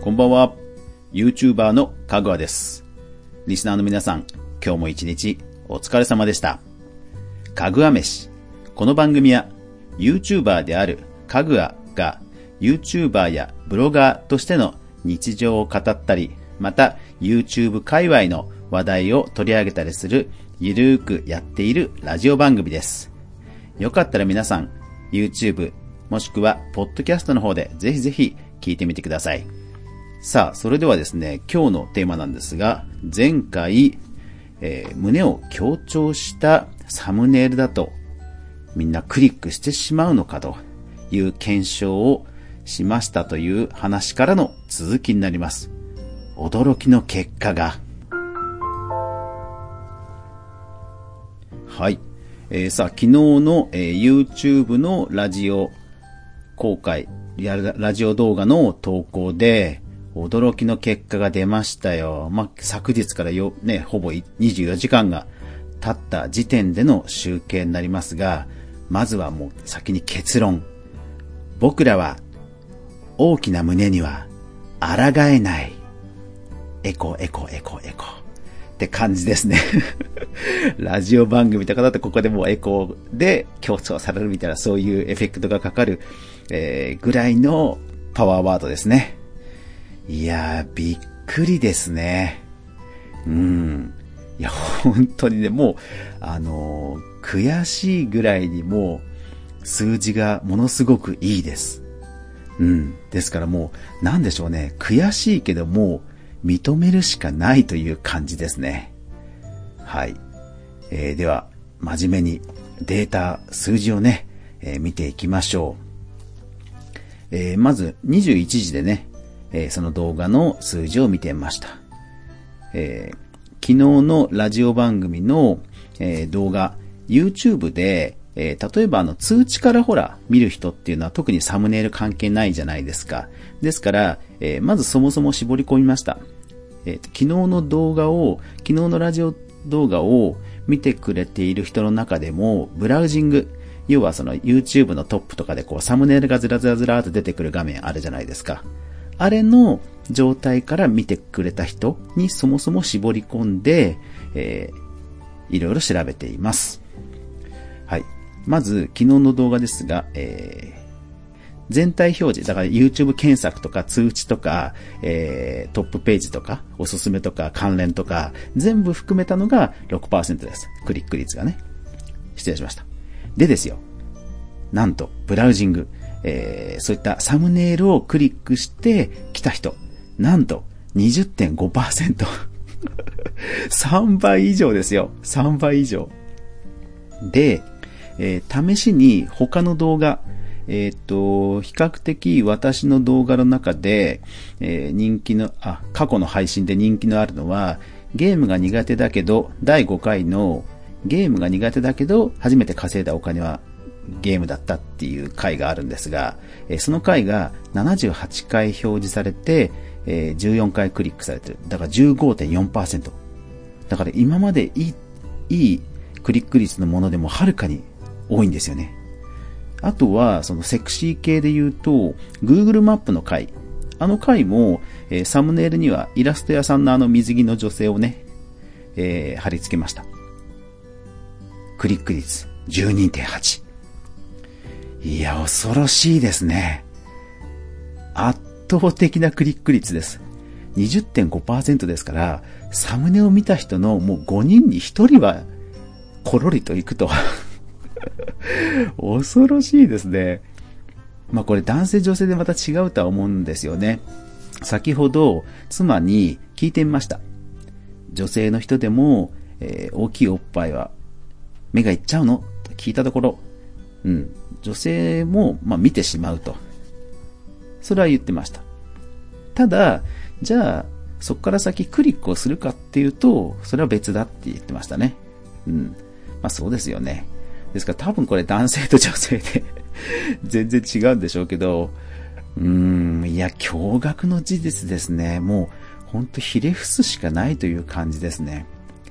こんばんは。YouTuber のかぐわです。リスナーの皆さん、今日も一日お疲れ様でした。かぐわ飯。この番組は YouTuber であるかぐわが YouTuber やブロガーとしての日常を語ったり、また YouTube 界隈の話題を取り上げたりするゆるーくやっているラジオ番組です。よかったら皆さん YouTube もしくはポッドキャストの方でぜひぜひ聞いてみてください。さあ、それではですね、今日のテーマなんですが、前回、胸を強調したサムネイルだとみんなクリックしてしまうのかという検証をしましたという話からの続きになります。驚きの結果が。はい。さあ、昨日の、YouTube のラジオ公開、ラジオ動画の投稿で、驚きの結果が出ましたよ。昨日からほぼ24時間が経った時点での集計になりますが、まずはもう先に結論。僕らは大きな胸には抗えない。エコって感じですね。ラジオ番組とかだとここでもうエコで強調されるみたいなそういうエフェクトがかかる、ぐらいのパワーワードですね。いやー、びっくりですね。いや、本当にね、もう、悔しいぐらいにもう、数字がものすごくいいです。ですからもう、なんでしょうね、悔しいけどもう、認めるしかないという感じですね。はい。では、真面目にデータ、数字をね、見ていきましょう。まず、21時でね、その動画の数字を見てみました。昨日のラジオ番組の、動画、YouTube で、例えば通知から見る人っていうのは特にサムネイル関係ないじゃないですか。ですから、まずそもそも絞り込みました。昨日のラジオ動画を見てくれている人の中でも、ブラウジング、要はその YouTube のトップとかでサムネイルがずらずらずらーと出てくる画面あるじゃないですか。あれの状態から見てくれた人にそもそも絞り込んで、いろいろ調べています。はい。まず、昨日の動画ですが、全体表示、だから YouTube 検索とか通知とか、トップページとか、おすすめとか関連とか、全部含めたのが 6% です。クリック率がね。失礼しました。でですよ。なんと、ブラウジング、そういったサムネイルをクリックして来た人、なんと 20.5%。3倍以上ですよ。3倍以上。で、試しに他の動画、比較的私の動画の中で、過去の配信で人気のあるのは、ゲームが苦手だけど、第5回のゲームが苦手だけど、初めて稼いだお金はゲームだったっていう回があるんですが、その回が78回表示されて、14回クリックされてる。だから 15.4%。だから今までいいクリック率のものでもはるかに多いんですよね。あとは、そのセクシー系で言うと、Google マップの回。あの回も、サムネイルにはイラスト屋さんの水着の女性をね、貼り付けました。クリック率 12.8。いや、恐ろしいですね。圧倒的なクリック率です。20.5% ですから、サムネを見た人のもう5人に1人はコロリといくと。恐ろしいですね。これ男性女性でまた違うとは思うんですよね。先ほど妻に聞いてみました。女性の人でも、大きいおっぱいは目がいっちゃうのと聞いたところ、女性も見てしまうと。それは言ってました。ただ、じゃあそこから先クリックをするかっていうと、それは別だって言ってましたね。そうですよね。ですから多分これ男性と女性で全然違うんでしょうけど、いや、驚愕の事実ですね。もうほんとひれ伏すしかないという感じですね。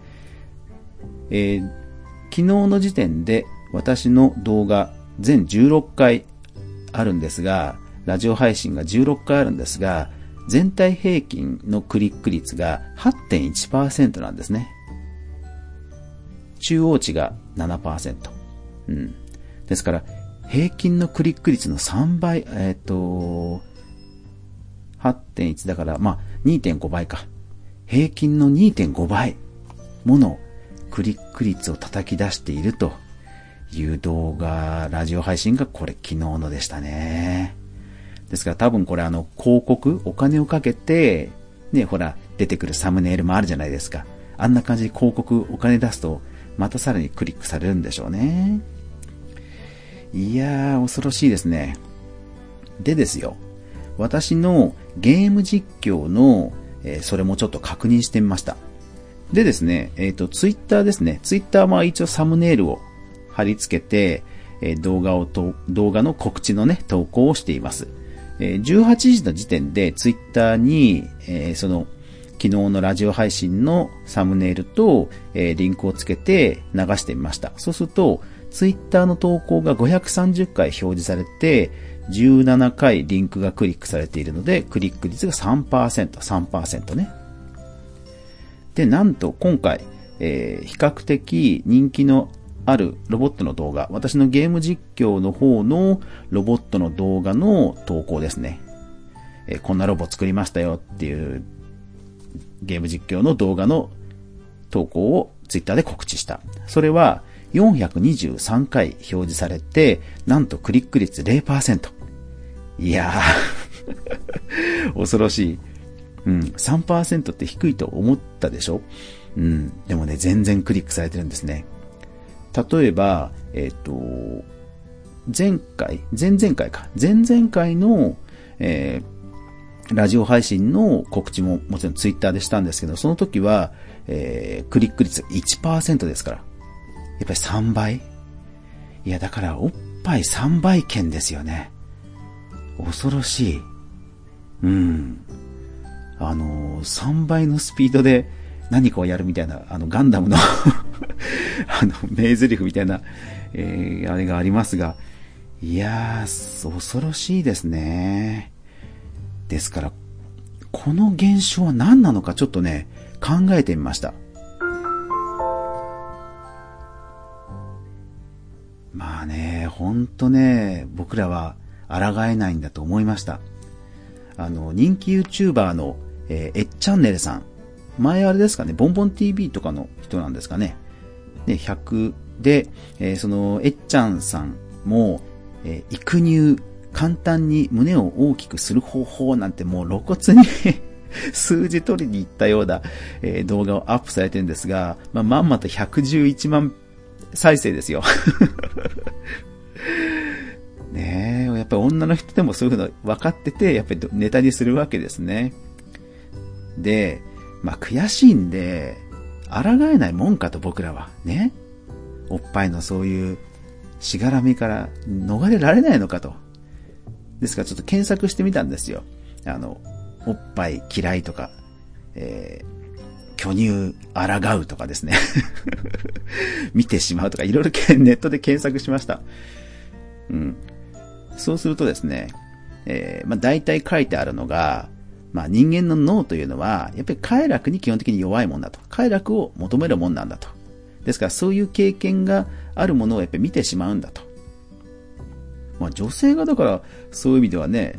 昨日の時点で私の動画全16回あるんですが、ラジオ配信が16回あるんですが、 全体平均のクリック率が 8.1% なんですね。中央値が 7%。ですから、平均のクリック率の3倍、8.1 だから、2.5 倍か。平均の 2.5 倍ものクリック率を叩き出しているという動画、ラジオ配信がこれ昨日のでしたね。ですから多分これ広告、お金をかけて、ね、ほら、出てくるサムネイルもあるじゃないですか。あんな感じで広告、お金出すと、またさらにクリックされるんでしょうね。いやー、恐ろしいですね。でですよ、私のゲーム実況の、それもちょっと確認してみました。でですね、ツイッターですね。ツイッターは一応サムネイルを貼り付けて、動画の告知のね、投稿をしています。18時の時点でツイッターに、昨日のラジオ配信のサムネイルと、リンクをつけて流してみました。そうすると、ツイッターの投稿が530回表示されて、17回リンクがクリックされているので、クリック率が 3% ね。で、なんと今回、比較的人気のあるロボットの動画、私のゲーム実況の方のロボットの動画の投稿ですね。こんなロボ作りましたよっていうゲーム実況の動画の投稿をツイッターで告知した。それは423回表示されて、なんとクリック率 0%。いやー、恐ろしい。3% って低いと思ったでしょ？でもね、全然クリックされてるんですね。例えば、前々回の、ラジオ配信の告知ももちろんツイッターでしたんですけど、その時は、クリック率 1% ですから。やっぱり3倍？いや、だからおっぱい3倍券ですよね。恐ろしい。3倍のスピードで何かをやるみたいな、ガンダムの名台詞みたいな、あれがありますが、いやー、恐ろしいですね。ですから、この現象は何なのかちょっとね、考えてみました。まあね、ほんとね、僕らは抗えないんだと思いました。人気 YouTuber の、えっちゃんねるさん。前あれですかね、ボンボン TV とかの人なんですかね。で、100で、その、えっちゃんさんも、育乳、簡単に胸を大きくする方法なんてもう露骨に数字取りに行ったような、動画をアップされてるんですが、まんまと111万再生ですよ。ねえ、やっぱり女の人でもそういうの分かってて、やっぱりネタにするわけですね。で、悔しいんで、抗えないもんかと僕らは、ね。おっぱいのそういうしがらみから逃れられないのかと。ですからちょっと検索してみたんですよ。おっぱい嫌いとか、巨乳抗うとかですね。見てしまうとか、いろいろネットで検索しました。そうするとですね、大体書いてあるのが、人間の脳というのは、やっぱり快楽に基本的に弱いもんだと。快楽を求めるもんなんだと。ですからそういう経験があるものをやっぱり見てしまうんだと。女性がだからそういう意味ではね、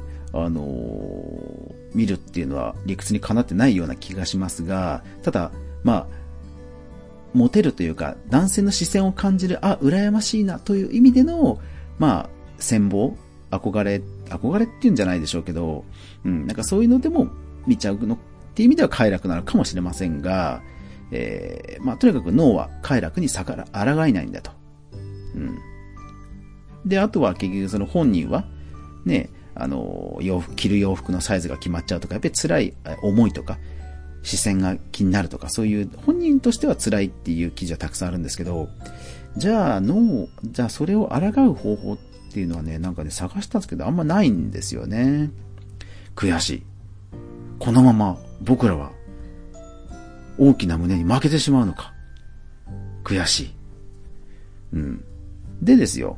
見るっていうのは理屈にかなってないような気がしますが、ただ、モテるというか、男性の視線を感じる、羨ましいなという意味での、羨望、憧れっていうんじゃないでしょうけど、なんかそういうのでも見ちゃうのっていう意味では快楽なのかもしれませんが、とにかく脳は快楽に抗えないんだと。で、あとは結局その本人は、ね、着る洋服のサイズが決まっちゃうとか、やっぱり辛い思いとか、視線が気になるとか、そういう本人としては辛いっていう記事はたくさんあるんですけど、じゃあそれを抗う方法っていうのはね、なんかね、探したんですけど、あんまないんですよね。悔しい。このまま僕らは大きな胸に負けてしまうのか。悔しい。でですよ、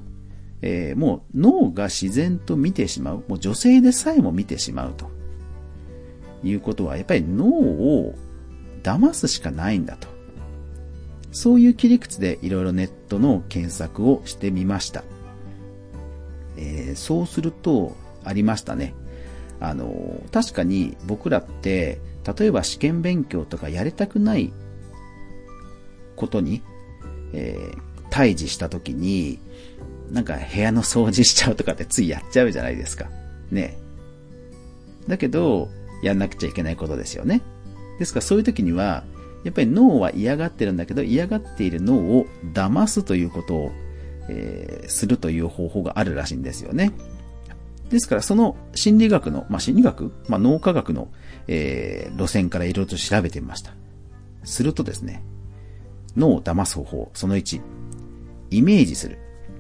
もう脳が自然と見てしまう。もう女性でさえも見てしまうということは、やっぱり脳を騙すしかないんだと。そういう切り口でいろいろネットの検索をしてみました。そうすると、ありましたね。確かに僕らって、例えば試験勉強とかやりたくないことに、対峙したときに、なんか部屋の掃除しちゃうとかってついやっちゃうじゃないですか。ね。だけど、やんなくちゃいけないことですよね。ですからそういう時には、やっぱり脳は嫌がってるんだけど、嫌がっている脳を騙すということを、するという方法があるらしいんですよね。ですからその心理学の、心理学、脳科学の、路線からいろいろと調べてみました。するとですね、脳を騙す方法、その1、イメージする。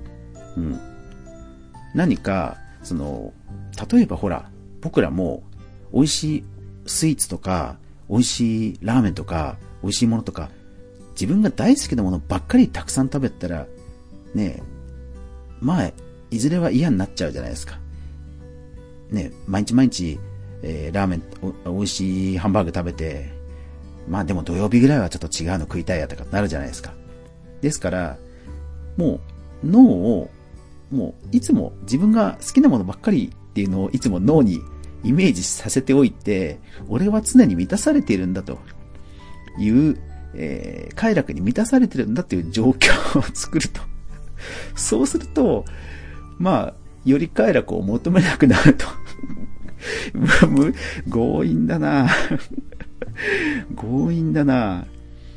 何か、例えばほら、僕らも美味しいスイーツとか、美味しいラーメンとか、美味しいものとか、自分が大好きなものばっかりたくさん食べたら、ねえ、いずれは嫌になっちゃうじゃないですか。ねえ、毎日、ラーメン、美味しいハンバーグ食べて、でも土曜日ぐらいはちょっと違うの食いたいやとかなるじゃないですか。ですから、もう脳を、いつも自分が好きなものばっかりっていうのをいつも脳にイメージさせておいて、俺は常に満たされているんだという、快楽に満たされてるんだっていう状況を作ると。そうすると、より快楽を求めなくなると。強引だな強引だな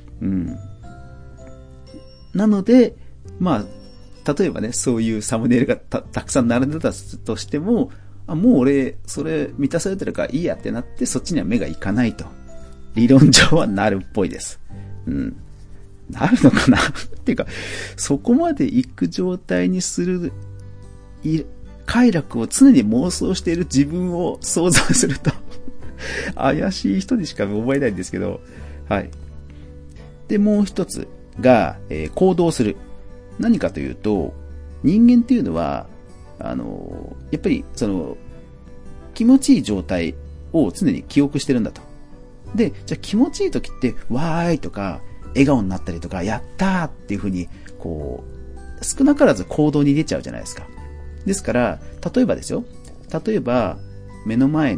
なので、例えばね、そういうサムネイルがたくさん並んでたとしても、もう俺、それ満たされてるからいいやってなって、そっちには目がいかないと。理論上はなるっぽいです。なるのかなっていうか、そこまで行く状態にする、快楽を常に妄想している自分を想像すると、怪しい人にしか思えないんですけど、はい。で、もう一つが、行動する。何かというと、人間っていうのは、やっぱり、気持ちいい状態を常に記憶してるんだと。で、じゃあ気持ちいい時って、わーいとか、笑顔になったりとか、やったーっていう風に、少なからず行動に出ちゃうじゃないですか。ですから、例えばですよ。例えば、目の前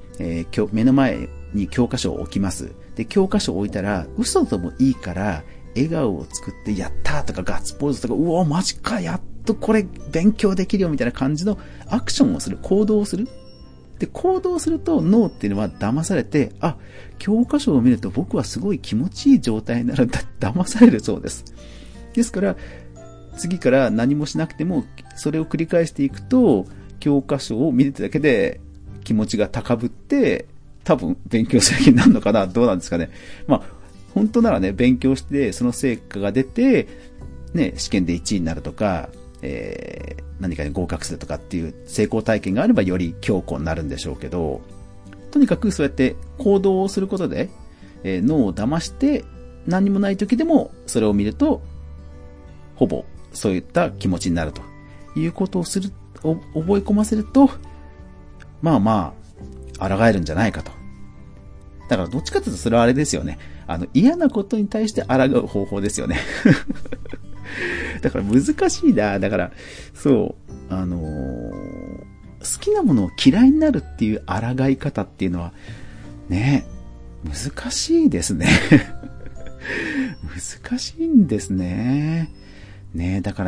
に教科書を置きます。で、教科書を置いたら、嘘でもいいから、笑顔を作って、やったーとかガッツポーズとか、うおーマジか、やっとこれ勉強できるよみたいな感じのアクションをする、行動をする。で、行動すると脳っていうのは騙されて、教科書を見ると僕はすごい気持ちいい状態になるんだ、騙されるそうです。ですから、次から何もしなくても、それを繰り返していくと、教科書を見るだけで気持ちが高ぶって、多分勉強する気になるのかな、どうなんですかね。本当ならね、勉強してその成果が出て、ね、試験で1位になるとか、何かに合格するとかっていう成功体験があればより強固になるんでしょうけど、とにかくそうやって行動をすることで、脳を騙して何にもない時でもそれを見ると、ほぼそういった気持ちになるということを覚え込ませると、抗えるんじゃないかと。だからどっちかというとそれはあれですよね。嫌なことに対して抗う方法ですよね。だから難しいな。だから、そう、好きなものを嫌いになるっていう抗い方っていうのは、ね、難しいですね。難しいんですね。ね、だから、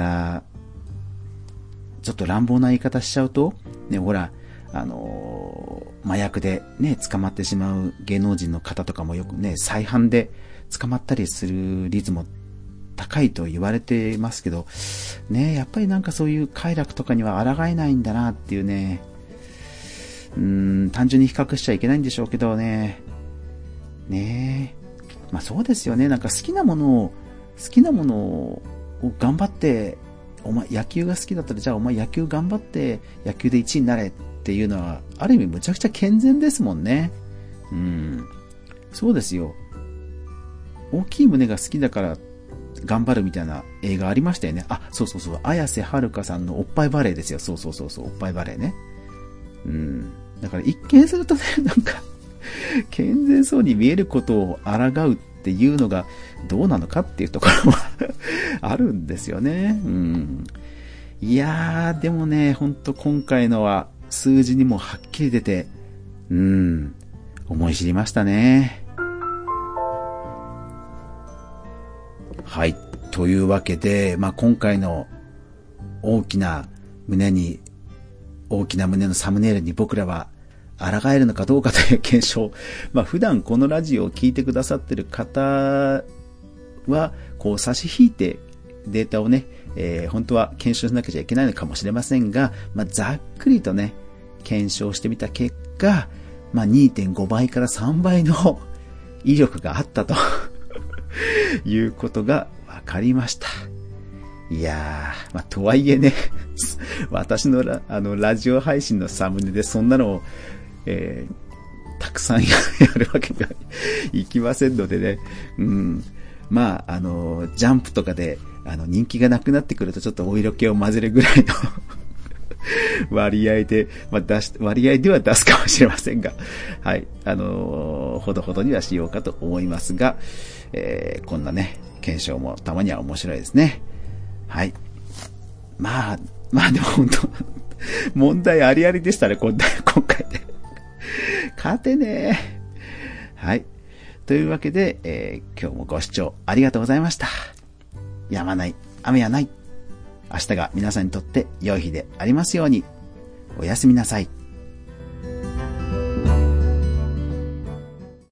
ちょっと乱暴な言い方しちゃうと、ね、ほら、麻薬でね、捕まってしまう芸能人の方とかもよくね、再犯で捕まったりする率も高いと言われてますけど、ね、やっぱりなんかそういう快楽とかには抗えないんだなっていうね、単純に比較しちゃいけないんでしょうけどね。ねえ。そうですよね。なんか好きなものを頑張って、お前野球が好きだったらじゃあお前野球頑張って野球で1位になれっていうのはある意味むちゃくちゃ健全ですもんね。そうですよ。大きい胸が好きだから頑張るみたいな映画ありましたよね。そうそうそう。綾瀬はるかさんのおっぱいバレーですよ。そうそうそうそう。おっぱいバレーね。だから一見するとね、なんか健全そうに見えることを抗うっていうのがどうなのかっていうところはあるんですよね。いやー、でもね、ほんと今回のは数字にもはっきり出て、思い知りましたね。はい。というわけで、今回の大きな胸のサムネイルに僕らは抗えるのかどうかという検証。普段このラジオを聞いてくださっている方は、こう差し引いてデータをね、本当は検証しなきゃいけないのかもしれませんが、ざっくりとね、検証してみた結果、2.5 倍から3倍の威力があったということが分かりました。いやー、とはいえね、私のラジオ配信のサムネでそんなのを、たくさんやるわけにはいきませんのでね、ジャンプとかで、人気がなくなってくるとちょっとお色気を混ぜるぐらいの割合で、割合では出すかもしれませんが、はい、ほどほどにはしようかと思いますが、こんなね、検証もたまには面白いですね。はい。でも本当、問題ありありでしたね、今回で。勝てねえ。はい。というわけで、今日もご視聴ありがとうございました。止まない、雨はない。明日が皆さんにとって良い日でありますように。おやすみなさい。